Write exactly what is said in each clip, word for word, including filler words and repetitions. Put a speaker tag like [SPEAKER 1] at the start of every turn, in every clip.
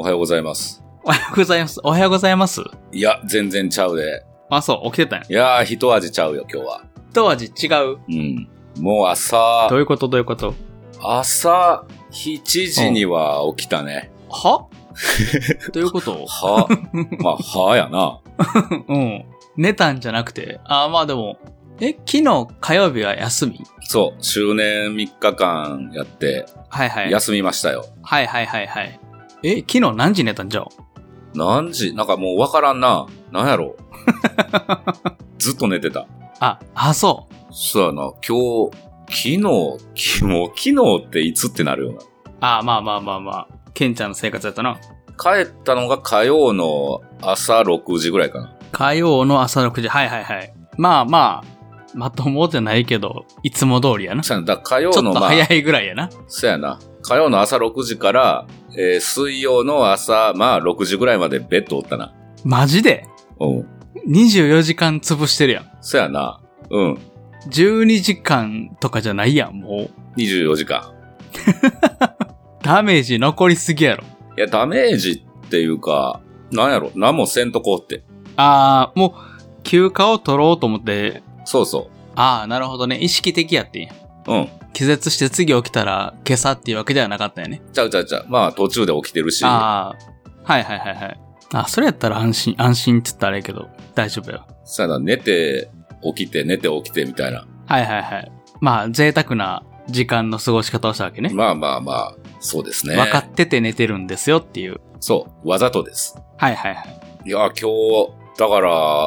[SPEAKER 1] おはようございます。
[SPEAKER 2] おはようございます。おはようございます。
[SPEAKER 1] いや、全然ちゃうで。
[SPEAKER 2] あ、そう、起きてたんや。
[SPEAKER 1] いやー、一味ちゃうよ、今日は。
[SPEAKER 2] 一味違う。
[SPEAKER 1] うん。もう朝。
[SPEAKER 2] どういうことどういうこと
[SPEAKER 1] 朝、しちじには起きたね。
[SPEAKER 2] はどういうこと
[SPEAKER 1] はまあ、はやな。
[SPEAKER 2] うん。寝たんじゃなくて。あ、まあでも、え、昨日火曜日は休み？
[SPEAKER 1] そう、周年みっかかんやって、
[SPEAKER 2] はいはい。
[SPEAKER 1] 休みましたよ。
[SPEAKER 2] はいはいはいはい。え、昨日何時寝たんじゃん？
[SPEAKER 1] 何時なんかもうわからんな。なんやろずっと寝てた。
[SPEAKER 2] あ、あ、そう。
[SPEAKER 1] そうやな。今日、昨日、きもう昨日っていつってなるよな。
[SPEAKER 2] あ、まあまあまあまあ。ケンちゃんの生活やったな。
[SPEAKER 1] 帰ったのが火曜の朝ろくじぐらいかな。
[SPEAKER 2] 火曜の朝ろくじ。はいはいはい。まあまあ、まともじゃないけど、いつも通りやな。
[SPEAKER 1] そうやな。だから火曜の
[SPEAKER 2] ちょっと早いぐらいやな。
[SPEAKER 1] そうやな。火曜の朝ろくじから、えー、水曜の朝、まあろくじぐらいまでベッドおったな。
[SPEAKER 2] マジで？
[SPEAKER 1] うん。
[SPEAKER 2] にじゅうよじかん潰してるやん。
[SPEAKER 1] そうやな。うん。
[SPEAKER 2] じゅうにじかんとかじゃないやん、もう。
[SPEAKER 1] にじゅうよじかん。
[SPEAKER 2] ダメージ残りすぎやろ。
[SPEAKER 1] いや、ダメージっていうか、なんやろ、何もせんとこうって。
[SPEAKER 2] あー、もう、休暇を取ろうと思って。
[SPEAKER 1] そうそう。
[SPEAKER 2] あー、なるほどね。意識的やってんや。
[SPEAKER 1] うん。
[SPEAKER 2] 気絶して次起きたら今朝っていうわけではなかったよね。
[SPEAKER 1] ちゃうちゃうちゃう。まあ途中で起きてるし。
[SPEAKER 2] あー、はいはいはいはい。あ、それやったら安心、安心って言ったらあれやけど、大丈夫よ。
[SPEAKER 1] そうやな、寝て、起きて、寝て起きてみたいな。
[SPEAKER 2] はいはいはい。まあ、贅沢な時間の過ごし方をしたわけね。
[SPEAKER 1] まあまあまあ、そうですね。
[SPEAKER 2] 分かってて寝てるんですよっていう。
[SPEAKER 1] そう、わざとです。
[SPEAKER 2] はいはいはい。
[SPEAKER 1] いや、今日、だから、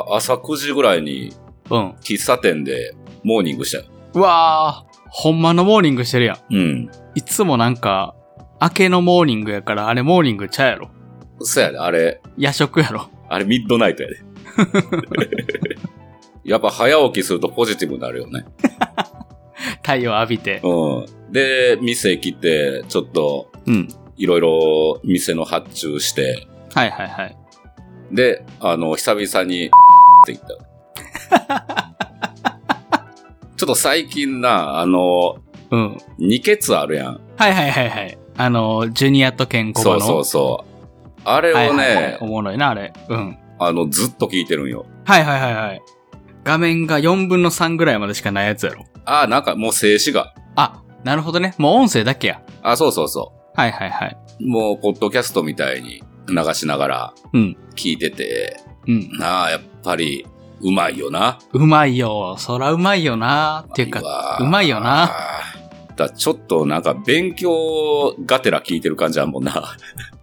[SPEAKER 1] 朝くじぐらいに、
[SPEAKER 2] うん。
[SPEAKER 1] 喫茶店で、モーニングしたよ。
[SPEAKER 2] うわー、ほんまのモーニングしてるやん。
[SPEAKER 1] うん。
[SPEAKER 2] いつもなんか、明けのモーニングやから、あれモーニングちゃうやろ。
[SPEAKER 1] そうやで、あれ。
[SPEAKER 2] 夜食やろ。
[SPEAKER 1] あれミッドナイトやで。やっぱ早起きするとポジティブになるよね。
[SPEAKER 2] 太陽浴びて。
[SPEAKER 1] うん。で、店来て、ちょっと、
[SPEAKER 2] うん。い
[SPEAKER 1] ろいろ店の発注して。
[SPEAKER 2] はいはいはい。
[SPEAKER 1] で、あの、久々に、って言った。ちょっと最近な、あの、
[SPEAKER 2] うん。
[SPEAKER 1] 二血あるやん。
[SPEAKER 2] はいはいはいはい。あの、ジュニアとケンコバの。
[SPEAKER 1] そうそうそう。あれをね、はいはいはい、
[SPEAKER 2] おもろいな、あれ。うん。
[SPEAKER 1] あの、ずっと聞いてるんよ。
[SPEAKER 2] はいはいはいはい。画面がよんぶんのさんぐらいまでしかないやつやろ。
[SPEAKER 1] ああ、なんかもう静止が。
[SPEAKER 2] あ、なるほどね。もう音声だけや。
[SPEAKER 1] あ、そうそうそう。
[SPEAKER 2] はいはいはい。
[SPEAKER 1] もう、ポッドキャストみたいに流しながら、うん。聞いてて、うん。なあ、やっぱり、うまいよな。
[SPEAKER 2] うまいよ。そらうまいよな。っていうか、うまいよな。
[SPEAKER 1] だちょっとなんか勉強がてら聞いてる感じあんもんな。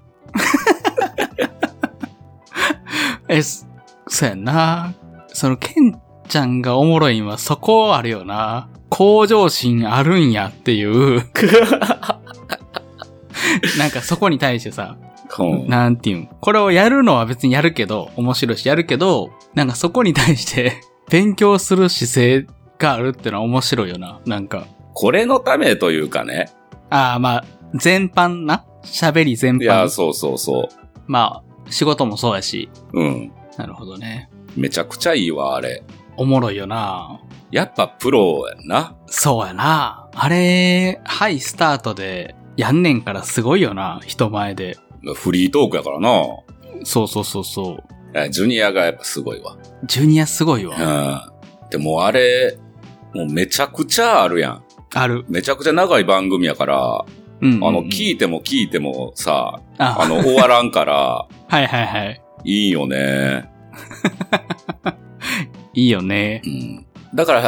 [SPEAKER 2] え、そうやんな。その、ケンちゃんがおもろいんはそこあるよな。向上心あるんやっていう。なんかそこに対してさ、うん、なんていうん。これをやるのは別にやるけど、面白いしやるけど、なんかそこに対して勉強する姿勢があるってのは面白いよな。なんか。
[SPEAKER 1] これのためというかね。
[SPEAKER 2] ああ、まあ、全般な。喋り全般。
[SPEAKER 1] いや、そうそうそう。
[SPEAKER 2] まあ、仕事もそうやし。
[SPEAKER 1] うん。
[SPEAKER 2] なるほどね。
[SPEAKER 1] めちゃくちゃいいわ、あれ。
[SPEAKER 2] おもろいよな。
[SPEAKER 1] やっぱプロやんな。
[SPEAKER 2] そうやな。あれ、ハイスタートでやんねんからすごいよな。人前で。
[SPEAKER 1] フリートークやからな。
[SPEAKER 2] そうそうそうそう。
[SPEAKER 1] ジュニアがやっぱすごいわ。
[SPEAKER 2] ジュニアすごいわ。
[SPEAKER 1] うん。でもあれ、もうめちゃくちゃあるやん。
[SPEAKER 2] ある。
[SPEAKER 1] めちゃくちゃ長い番組やから、うんうんうん、あの、聞いても聞いてもさ、あ, あの、終わらんから、
[SPEAKER 2] はいはいはい。
[SPEAKER 1] いいよね。
[SPEAKER 2] いいよね。
[SPEAKER 1] うん。だから、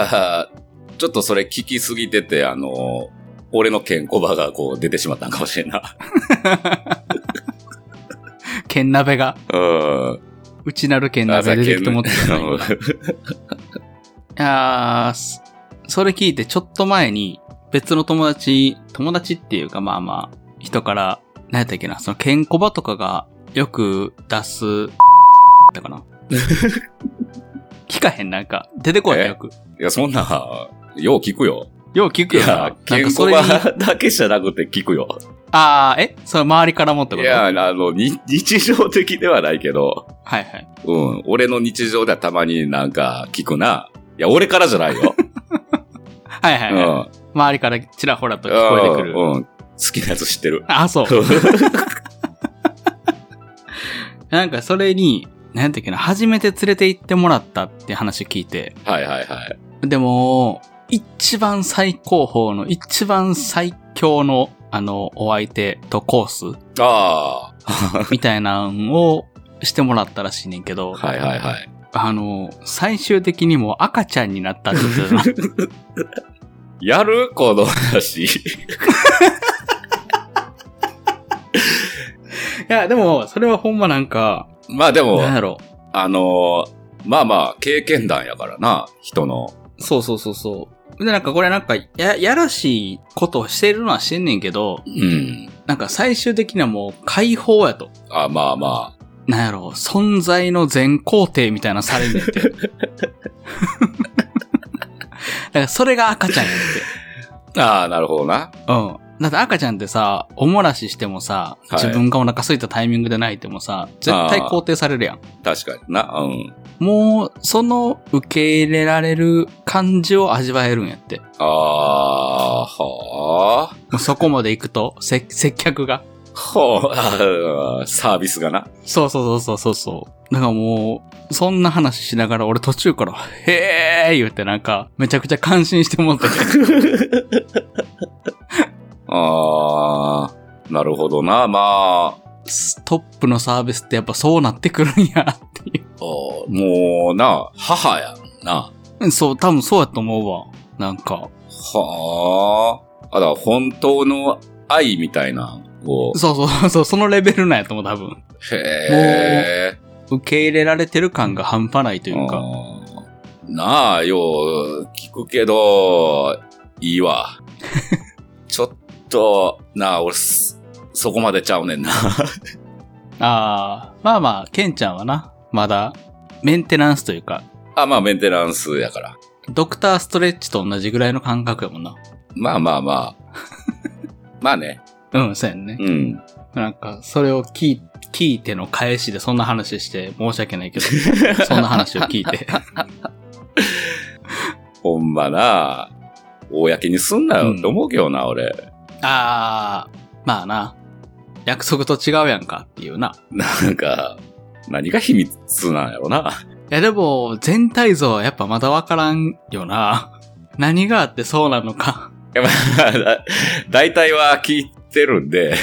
[SPEAKER 1] ちょっとそれ聞きすぎてて、あの、俺のケンコバがこう出てしまったんかもしれんな。
[SPEAKER 2] ケン鍋が。
[SPEAKER 1] うん。
[SPEAKER 2] 内なるケン鍋出てきてもってた。いやー、それ聞いてちょっと前に別の友達、友達っていうかまあまあ、人から、何やったっけな、そのケンコバとかがよく出す、だかな。聞かへんなんか、出てこいよく。
[SPEAKER 1] いや、そんな、よう聞くよ。
[SPEAKER 2] よう聞くよな。
[SPEAKER 1] いや、ケンコバだけじゃなくて聞くよ。
[SPEAKER 2] あー、えそれ周りからもってこと？
[SPEAKER 1] いや、あの、に、日常的ではないけど。
[SPEAKER 2] はいはい。
[SPEAKER 1] うん。俺の日常ではたまになんか聞くな。いや、俺からじゃないよ。
[SPEAKER 2] はいはいはい。うん、周りからちらほらと聞こえてくる。
[SPEAKER 1] うん。好きなやつ知ってる。
[SPEAKER 2] あ、そう。 なんかそれに、なんだっけな、初めて連れて行ってもらったって話を聞いて。
[SPEAKER 1] はいはいはい。
[SPEAKER 2] でも、一番最高峰の、一番最強の、あの、お相手とコース
[SPEAKER 1] あ
[SPEAKER 2] あ。みたいなのをしてもらったらしいねんけど。
[SPEAKER 1] はいはいはい。
[SPEAKER 2] あの、最終的にもう赤ちゃんになったって言ってたな。
[SPEAKER 1] やるこの話。い
[SPEAKER 2] や、でも、それはほんまなんか。
[SPEAKER 1] まあでも、
[SPEAKER 2] なんやろ。
[SPEAKER 1] あのー、まあまあ、経験談やからな、人の。
[SPEAKER 2] そうそうそうそう。で、なんかこれなんか、や、やらしいことをしてるのはしてんねんけど、
[SPEAKER 1] うん。なん
[SPEAKER 2] か最終的にはもう解放やと。
[SPEAKER 1] あ、まあまあ。
[SPEAKER 2] なんやろ、存在の全肯定みたいなされんねんって。だからそれが赤ちゃんやねんって。
[SPEAKER 1] ああ、なるほどな。
[SPEAKER 2] うん。だって赤ちゃんってさ、おもらししてもさ、はい、自分がお腹空いたタイミングで泣いてもさ、絶対肯定されるやん。
[SPEAKER 1] 確かにな。うん。
[SPEAKER 2] もう、その受け入れられる感じを味わえるんやって。
[SPEAKER 1] ああ、はあ。
[SPEAKER 2] もうそこまで行くと、せ、接客が。
[SPEAKER 1] ほう、サービスがな。
[SPEAKER 2] そうそうそうそうそう。だからもう、そんな話しながら俺途中から、へー言ってなんか、めちゃくちゃ感心してもって。
[SPEAKER 1] あー、なるほどな。まあ。
[SPEAKER 2] トップのサービスってやっぱそうなってくるんやっていう。
[SPEAKER 1] もうな、母やんな。
[SPEAKER 2] そう、多分そうやと思うわ。なんか。
[SPEAKER 1] はあ。あ、だから本当の愛みたいな。
[SPEAKER 2] そうそうそう、そのレベルなんやと思う、多分。
[SPEAKER 1] へ
[SPEAKER 2] ー。もう、受け入れられてる感が半端ないというか。
[SPEAKER 1] なあ、よう、聞くけど、いいわ。ちょっと、なあ、俺、そこまでちゃうねんな。
[SPEAKER 2] ああ、まあまあ、ケンちゃんはな、まだ、メンテナンスというか。
[SPEAKER 1] あ、まあ、メンテナンスやから。
[SPEAKER 2] ドクターストレッチと同じぐらいの感覚やもんな。
[SPEAKER 1] まあまあまあ。まあね。
[SPEAKER 2] うん、そうやんね。
[SPEAKER 1] うん。
[SPEAKER 2] なんか、それを聞い、聞いての返しでそんな話して申し訳ないけど、そんな話を聞いて。
[SPEAKER 1] ほんまな、公にすんなよって思うけどな、うん、俺。
[SPEAKER 2] ああ、まあな。約束と違うやんかっていうな。
[SPEAKER 1] なんか、何が秘密なんやろな。
[SPEAKER 2] いやでも、全体像はやっぱまだわからんよな。何があってそうなのか。
[SPEAKER 1] いやまあ、だ、大体は聞いてるんで。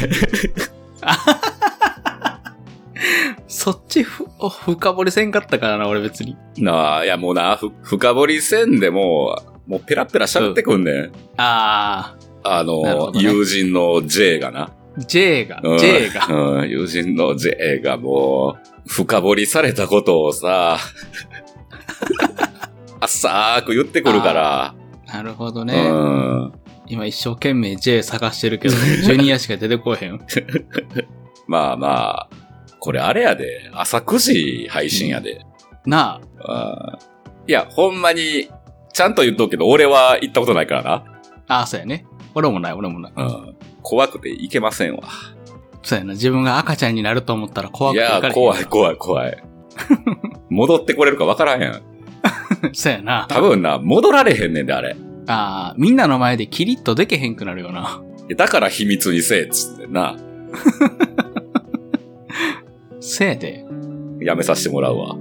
[SPEAKER 2] そっちふ、深掘りせんかったからな、俺別に。
[SPEAKER 1] なあ、いやもうな、ふ、深掘りせんでも、もうペラペラ喋ってくんねん。うん、
[SPEAKER 2] あ
[SPEAKER 1] あ。あの、ね、友人の J がな。
[SPEAKER 2] J が、
[SPEAKER 1] うん、
[SPEAKER 2] J が。
[SPEAKER 1] うん、友人の J がもう、深掘りされたことをさ、浅ーく言ってくるから。
[SPEAKER 2] なるほどね。
[SPEAKER 1] うん、
[SPEAKER 2] 今一生懸命 J 探してるけど、ジュニアしか出てこへん。
[SPEAKER 1] まあまあ、これあれやで、朝くじ配信やで。
[SPEAKER 2] なあ。
[SPEAKER 1] あいや、ほんまに、ちゃんと言っとくけど、俺は行ったことないからな。
[SPEAKER 2] ああ、そうやね。俺もない、俺もない。
[SPEAKER 1] うん。怖くて行けませんわ。
[SPEAKER 2] そうやな。自分が赤ちゃんになると思ったら怖くて行かれへん。
[SPEAKER 1] いや、怖い、怖い、怖い。戻ってこれるかわからへん。
[SPEAKER 2] そうやな。
[SPEAKER 1] 多分な、戻られへんねんで、あれ。
[SPEAKER 2] ああ、みんなの前でキリッとでけへんくなるよな。
[SPEAKER 1] だから秘密にせえっつってな。
[SPEAKER 2] せやで。
[SPEAKER 1] やめさせてもらうわ。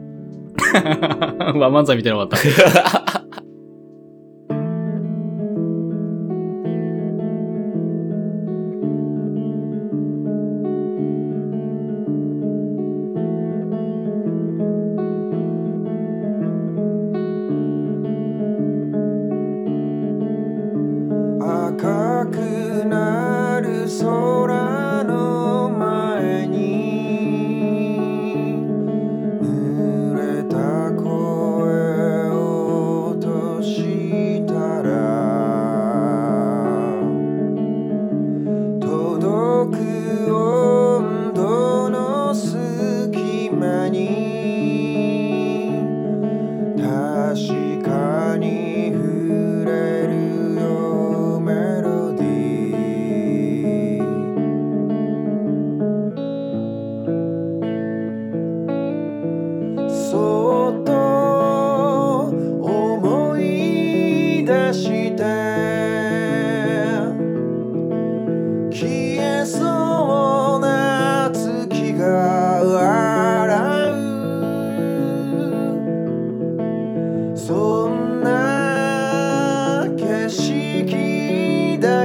[SPEAKER 2] まあ、漫才みたいなのがあった。
[SPEAKER 3] 赤くなる空の前に濡れた声を落としたら届く温度の隙間に確かに触れるよメロディー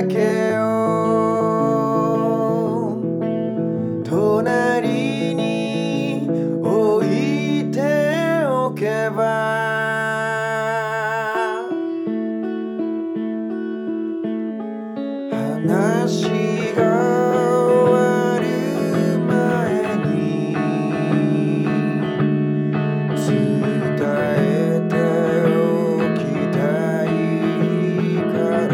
[SPEAKER 3] けを隣に置いておけば話が終わる前に伝えておきたいから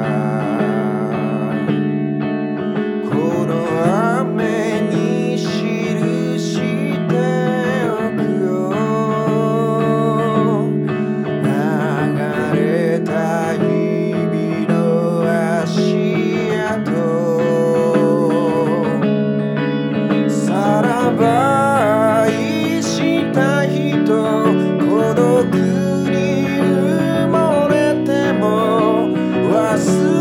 [SPEAKER 3] この雨に記しておくよ流れた日々の足跡さらば愛した人孤独に埋もれても忘